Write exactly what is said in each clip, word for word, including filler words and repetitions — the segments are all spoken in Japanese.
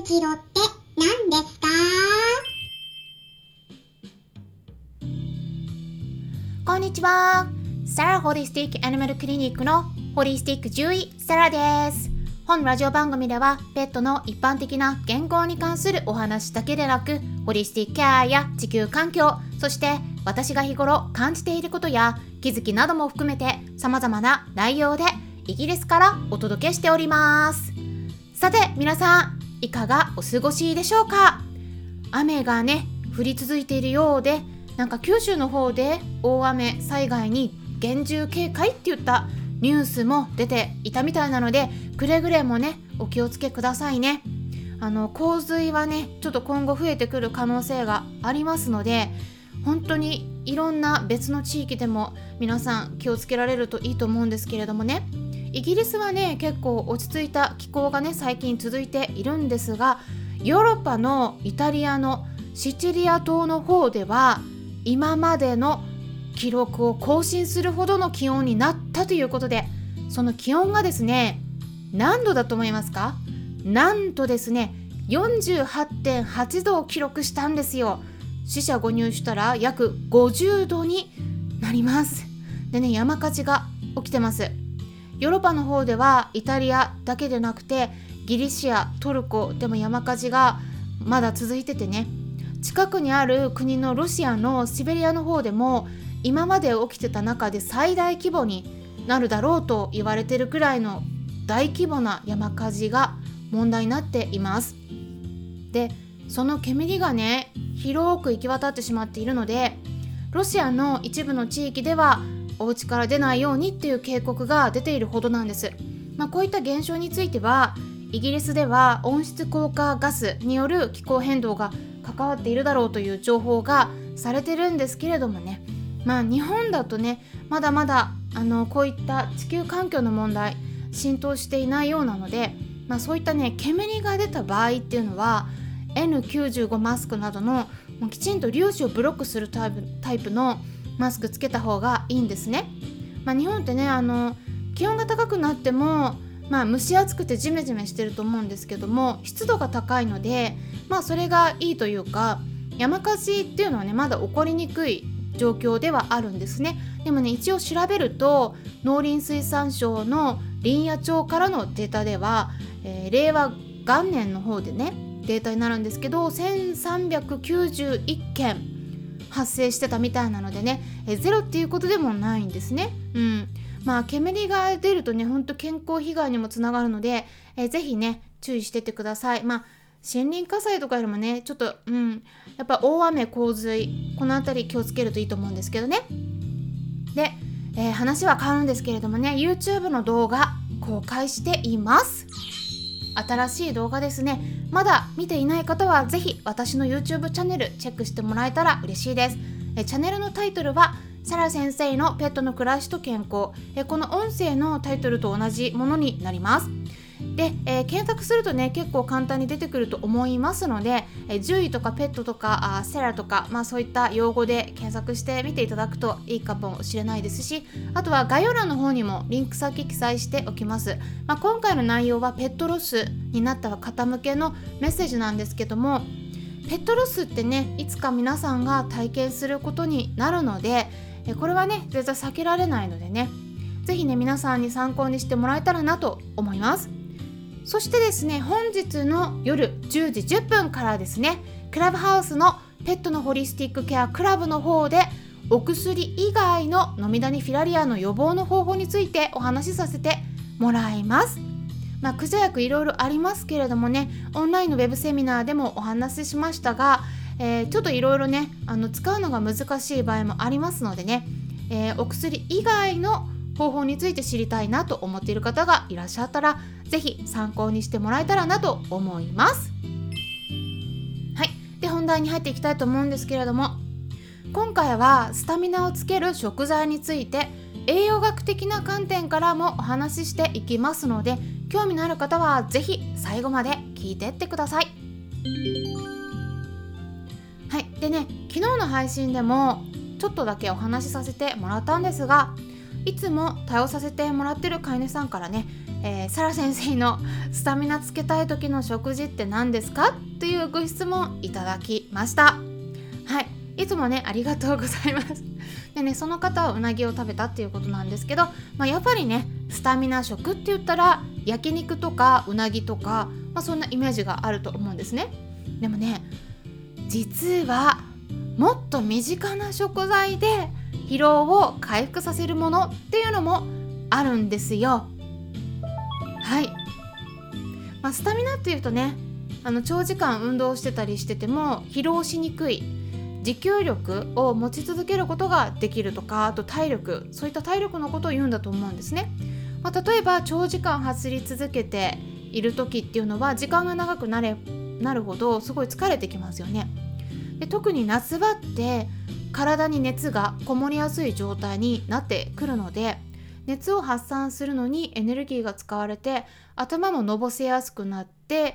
キロって何ですか？ こんにちは。サラホリスティックアニマルクリニックのホリスティック獣医サラです。本ラジオ番組ではペットの一般的な健康に関するお話だけでなく、ホリスティックケアや地球環境、そして私が日頃感じていることや気づきなども含めて様々な内容でイギリスからお届けしております。さて皆さん、いかがお過ごしでしょうか？雨がね降り続いているようで、なんか九州の方で大雨災害に厳重警戒って言ったニュースも出ていたみたいなので、くれぐれもねお気をつけくださいね。あの洪水はねちょっと今後増えてくる可能性がありますので、本当にいろんな別の地域でも皆さん気をつけられるといいと思うんですけれどもね。イギリスはね結構落ち着いた気候がね最近続いているんですが、ヨーロッパのイタリアのシチリア島の方では今までの記録を更新するほどの気温になったということで、その気温がですね何度だと思いますか？なんとですね よんじゅうはちてんはち 度を記録したんですよ。四捨五入したら約ごじゅうどになります。でね、山火事が起きてます。ヨーロッパの方ではイタリアだけでなくてギリシア、トルコでも山火事がまだ続いててね、近くにある国のロシアのシベリアの方でも今まで起きてた中で最大規模になるだろうと言われてるくらいの大規模な山火事が問題になっています。で、その煙がね広く行き渡ってしまっているので、ロシアの一部の地域ではお家から出ないようにっていう警告が出ているほどなんです。まあ、こういった現象についてはイギリスでは温室効果ガスによる気候変動が関わっているだろうという情報がされてるんですけれどもね、まあ日本だとねまだまだあのこういった地球環境の問題浸透していないようなので、まあ、そういったね煙が出た場合っていうのは エヌきゅうじゅうご マスクなどのもうきちんと粒子をブロックするタイプ、タイプのマスクつけた方がいいんですね。まあ、日本ってねあの気温が高くなっても、まあ、蒸し暑くてジメジメしてると思うんですけども、湿度が高いので、まあ、それがいいというか、山火事っていうのはねまだ起こりにくい状況ではあるんですね。でもね一応調べると農林水産省の林野庁からのデータでは、えー、令和元年の方でねデータになるんですけどせんさんびゃくきゅうじゅういっけん発生してたみたいなのでね、えー、ゼロっていうことでもないんですね。うん、まあ煙が出るとねほんと健康被害にもつながるので、えー、ぜひね注意してってください。まあ森林火災とかよりもねちょっとうんやっぱ大雨洪水このあたり気をつけるといいと思うんですけどね。で、えー、話は変わるんですけれどもね YouTube の動画公開しています。新しい動画ですね。まだ見ていない方はぜひ私の YouTube チャンネルチェックしてもらえたら嬉しいです。えチャンネルのタイトルはサラ先生のペットの暮らしと健康、えこの音声のタイトルと同じものになります。で、えー、検索するとね結構簡単に出てくると思いますので、えー、獣医とかペットとかあセラとか、まあ、そういった用語で検索してみていただくといいかもしれないですし、あとは概要欄の方にもリンク先記載しておきます。まあ、今回の内容はペットロスになった方向けのメッセージなんですけども、ペットロスってねいつか皆さんが体験することになるので、えー、これはね絶対避けられないのでね、ぜひね皆さんに参考にしてもらえたらなと思います。そしてですね、本日の夜じゅうじじゅっぷんからですね、クラブハウスのペットのホリスティックケアクラブの方でお薬以外のノミダニフィラリアの予防の方法についてお話しさせてもらいます。まあ、駆除薬いろいろありますけれどもね、オンラインのウェブセミナーでもお話ししましたが、えー、ちょっといろいろねあの使うのが難しい場合もありますのでね、えー、お薬以外の方法について知りたいなと思っている方がいらっしゃったらぜひ参考にしてもらえたらなと思います。はい、で本題に入っていきたいと思うんですけれども、今回はスタミナをつける食材について栄養学的な観点からもお話ししていきますので、興味のある方はぜひ最後まで聞いてってください。はい、でね昨日の配信でもちょっとだけお話しさせてもらったんですが、いつも対応させてもらってる飼い主さんからね、 えー、サラ先生のスタミナつけたい時の食事って何ですかというご質問いただきました。はい、いつもねありがとうございます。でね、その方はうなぎを食べたっていうことなんですけど、まあ、やっぱりねスタミナ食って言ったら焼肉とかうなぎとか、まあ、そんなイメージがあると思うんですね。でもね、実はもっと身近な食材で疲労を回復させるものっていうのもあるんですよ。はい、まあ、スタミナっていうとね、あの長時間運動してたりしてても疲労しにくい、持久力を持ち続けることができるとか、あと体力、そういった体力のことを言うんだと思うんですね。まあ、例えば長時間走り続けている時っていうのは時間が長くなれなるほどすごい疲れてきますよね。で、特に夏場って体に熱がこもりやすい状態になってくるので、熱を発散するのにエネルギーが使われて頭ものぼせやすくなって、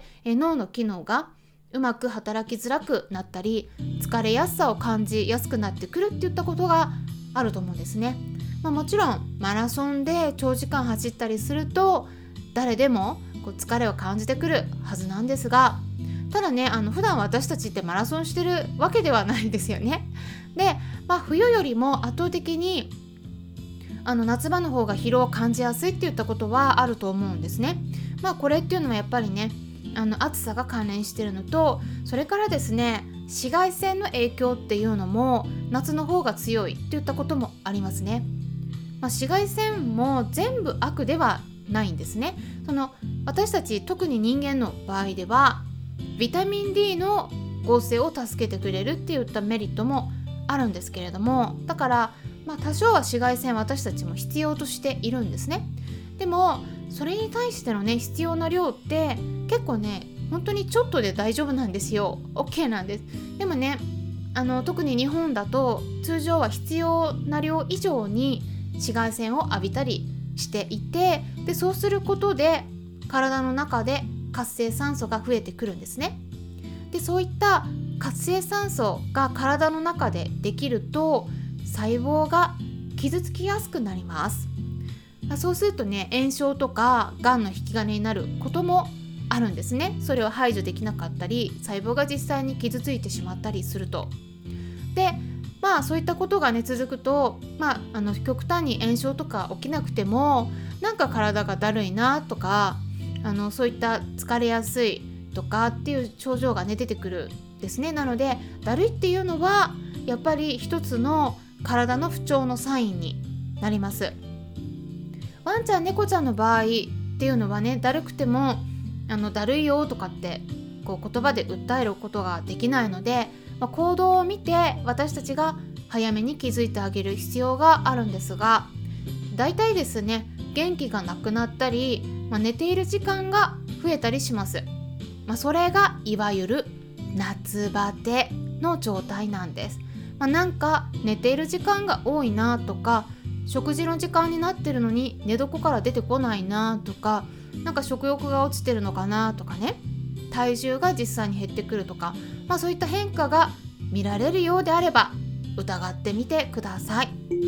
え脳の機能がうまく働きづらくなったり、疲れやすさを感じやすくなってくるっていったことがあると思うんですね。まあ、もちろんマラソンで長時間走ったりすると誰でもこう疲れを感じてくるはずなんですが、ただね、あの普段私たちってマラソンしてるわけではないですよね。で、まあ、冬よりも圧倒的にあの夏場の方が疲労を感じやすいっていったことはあると思うんですね。まあこれっていうのはやっぱりね、あの暑さが関連しているのと、それからですね、紫外線の影響っていうのも夏の方が強いっていったこともありますね。まあ、紫外線も全部悪ではないんですね。その私たち、特に人間の場合ではビタミン D の合成を助けてくれるっていったメリットもあるんですけれども、だからまあ多少は紫外線私たちも必要としているんですね。でもそれに対してのね必要な量って結構ね本当にちょっとで大丈夫なんですよ。 OK なんです。でもね、あの特に日本だと通常は必要な量以上に紫外線を浴びたりしていて、でそうすることで体の中で活性酸素が増えてくるんですね。でそういった活性酸素が体の中でできると細胞が傷つきやすくなります。そうするとね、炎症とかがんの引き金になることもあるんですね。それを排除できなかったり、細胞が実際に傷ついてしまったりすると。でまあそういったことがね続くと、まあ、あの極端に炎症とか起きなくてもなんか体がだるいなとか、あのそういった疲れやすいとかっていう症状がね出てくるんですね。なのでだるいっていうのはやっぱり一つの体の不調のサインになります。ワンちゃん猫ちゃんの場合っていうのはね、だるくてもあのだるいよとかってこう言葉で訴えることができないので、まあ、行動を見て私たちが早めに気づいてあげる必要があるんですが、だいたいですね、元気がなくなったり、まあ、寝ている時間が増えたりします。まあ、それがいわゆる夏バテの状態なんです。まあ、なんか寝ている時間が多いなとか、食事の時間になってるのに寝床から出てこないなとか、なんか食欲が落ちてるのかなとかね、体重が実際に減ってくるとか、まあ、そういった変化が見られるようであれば疑ってみてください。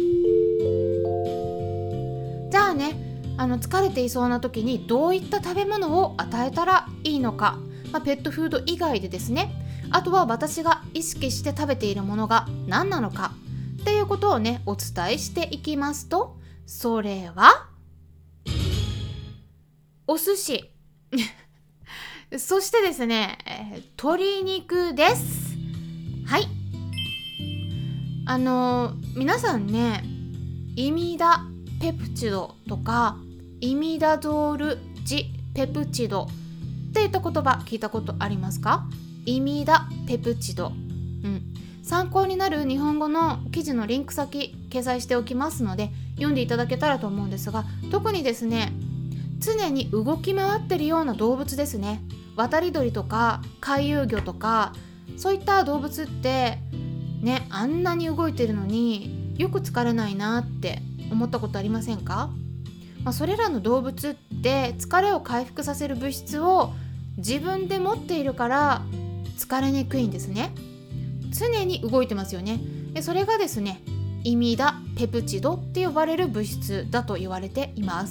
じゃあね、あの疲れていそうな時にどういった食べ物を与えたらいいのか、まあ、ペットフード以外でですね、あとは私が意識して食べているものが何なのかっていうことをねお伝えしていきますと、それはお寿司そしてですね、えー、鶏肉です。はい、あのー、皆さんね、イミダペプチドとかイミダゾールジペプチドっていった言葉聞いたことありますか？イミダペプチド、うん、参考になる日本語の記事のリンク先掲載しておきますので読んでいただけたらと思うんですが、特にですね、常に動き回ってるような動物ですね、渡り鳥とか回遊魚とか、そういった動物ってね、あんなに動いてるのによく疲れないなって思ったことありませんか？まあ、それらの動物って疲れを回復させる物質を自分で持っているから疲れにくいんですね。常に動いてますよね。でそれがですね、イミダペプチドって呼ばれる物質だと言われています。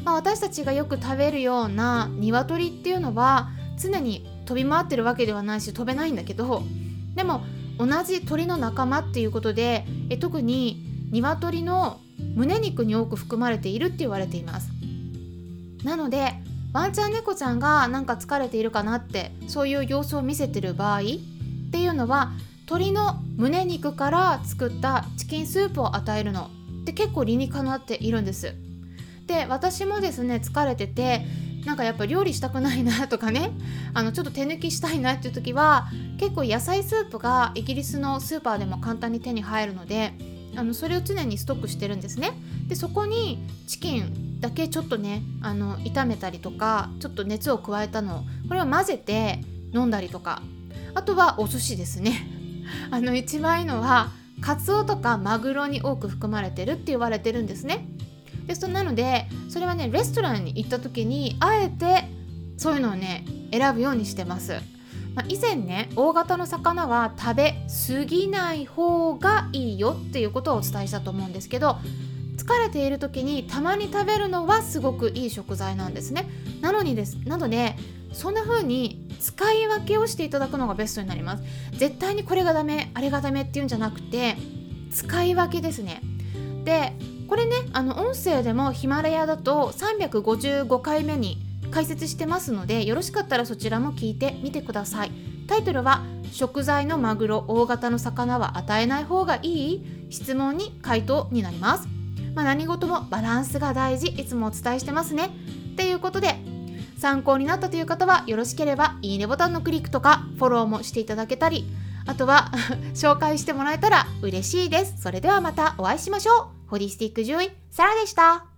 まあ、私たちがよく食べるような鶏っていうのは常に飛び回ってるわけではないし飛べないんだけど、でも同じ鳥の仲間っていうことでえ特に鶏の胸肉に多く含まれているって言われています。なのでワンちゃん猫ちゃんがなんか疲れているかなってそういう様子を見せてる場合っていうのは鶏の胸肉から作ったチキンスープを与えるのって結構理にかなっているんです。で私もですね疲れててなんかやっぱ料理したくないなとかねあのちょっと手抜きしたいなっていう時は結構野菜スープがイギリスのスーパーでも簡単に手に入るのであのそれを常にストックしてるんですね。でそこにチキンだけちょっとねあの炒めたりとかちょっと熱を加えたのこれを混ぜて飲んだりとか、あとはお寿司ですねあの一番いいのはカツオとかマグロに多く含まれてるって言われてるんですね。でそなのでそれはねレストランに行った時にあえてそういうのをね選ぶようにしてます。まあ、以前ね大型の魚は食べ過ぎない方がいいよっていうことをお伝えしたと思うんですけど、疲れている時にたまに食べるのはすごくいい食材なんですね。なのにですなのでそんな風に使い分けをしていただくのがベストになります。絶対にこれがダメあれがダメっていうんじゃなくて使い分けですね。でこれねあの音声でもヒマラヤだとさんびゃくごじゅうごかいめに解説してますのでよろしかったらそちらも聞いてみてください。タイトルは食材のマグロ大型の魚は与えない方がいい質問に回答になります。まあ、何事もバランスが大事いつもお伝えしてますねっていうことで参考になったという方はよろしければいいねボタンのクリックとかフォローもしていただけたりあとは紹介してもらえたら嬉しいです。それではまたお会いしましょう。ホリスティック獣医サラでした。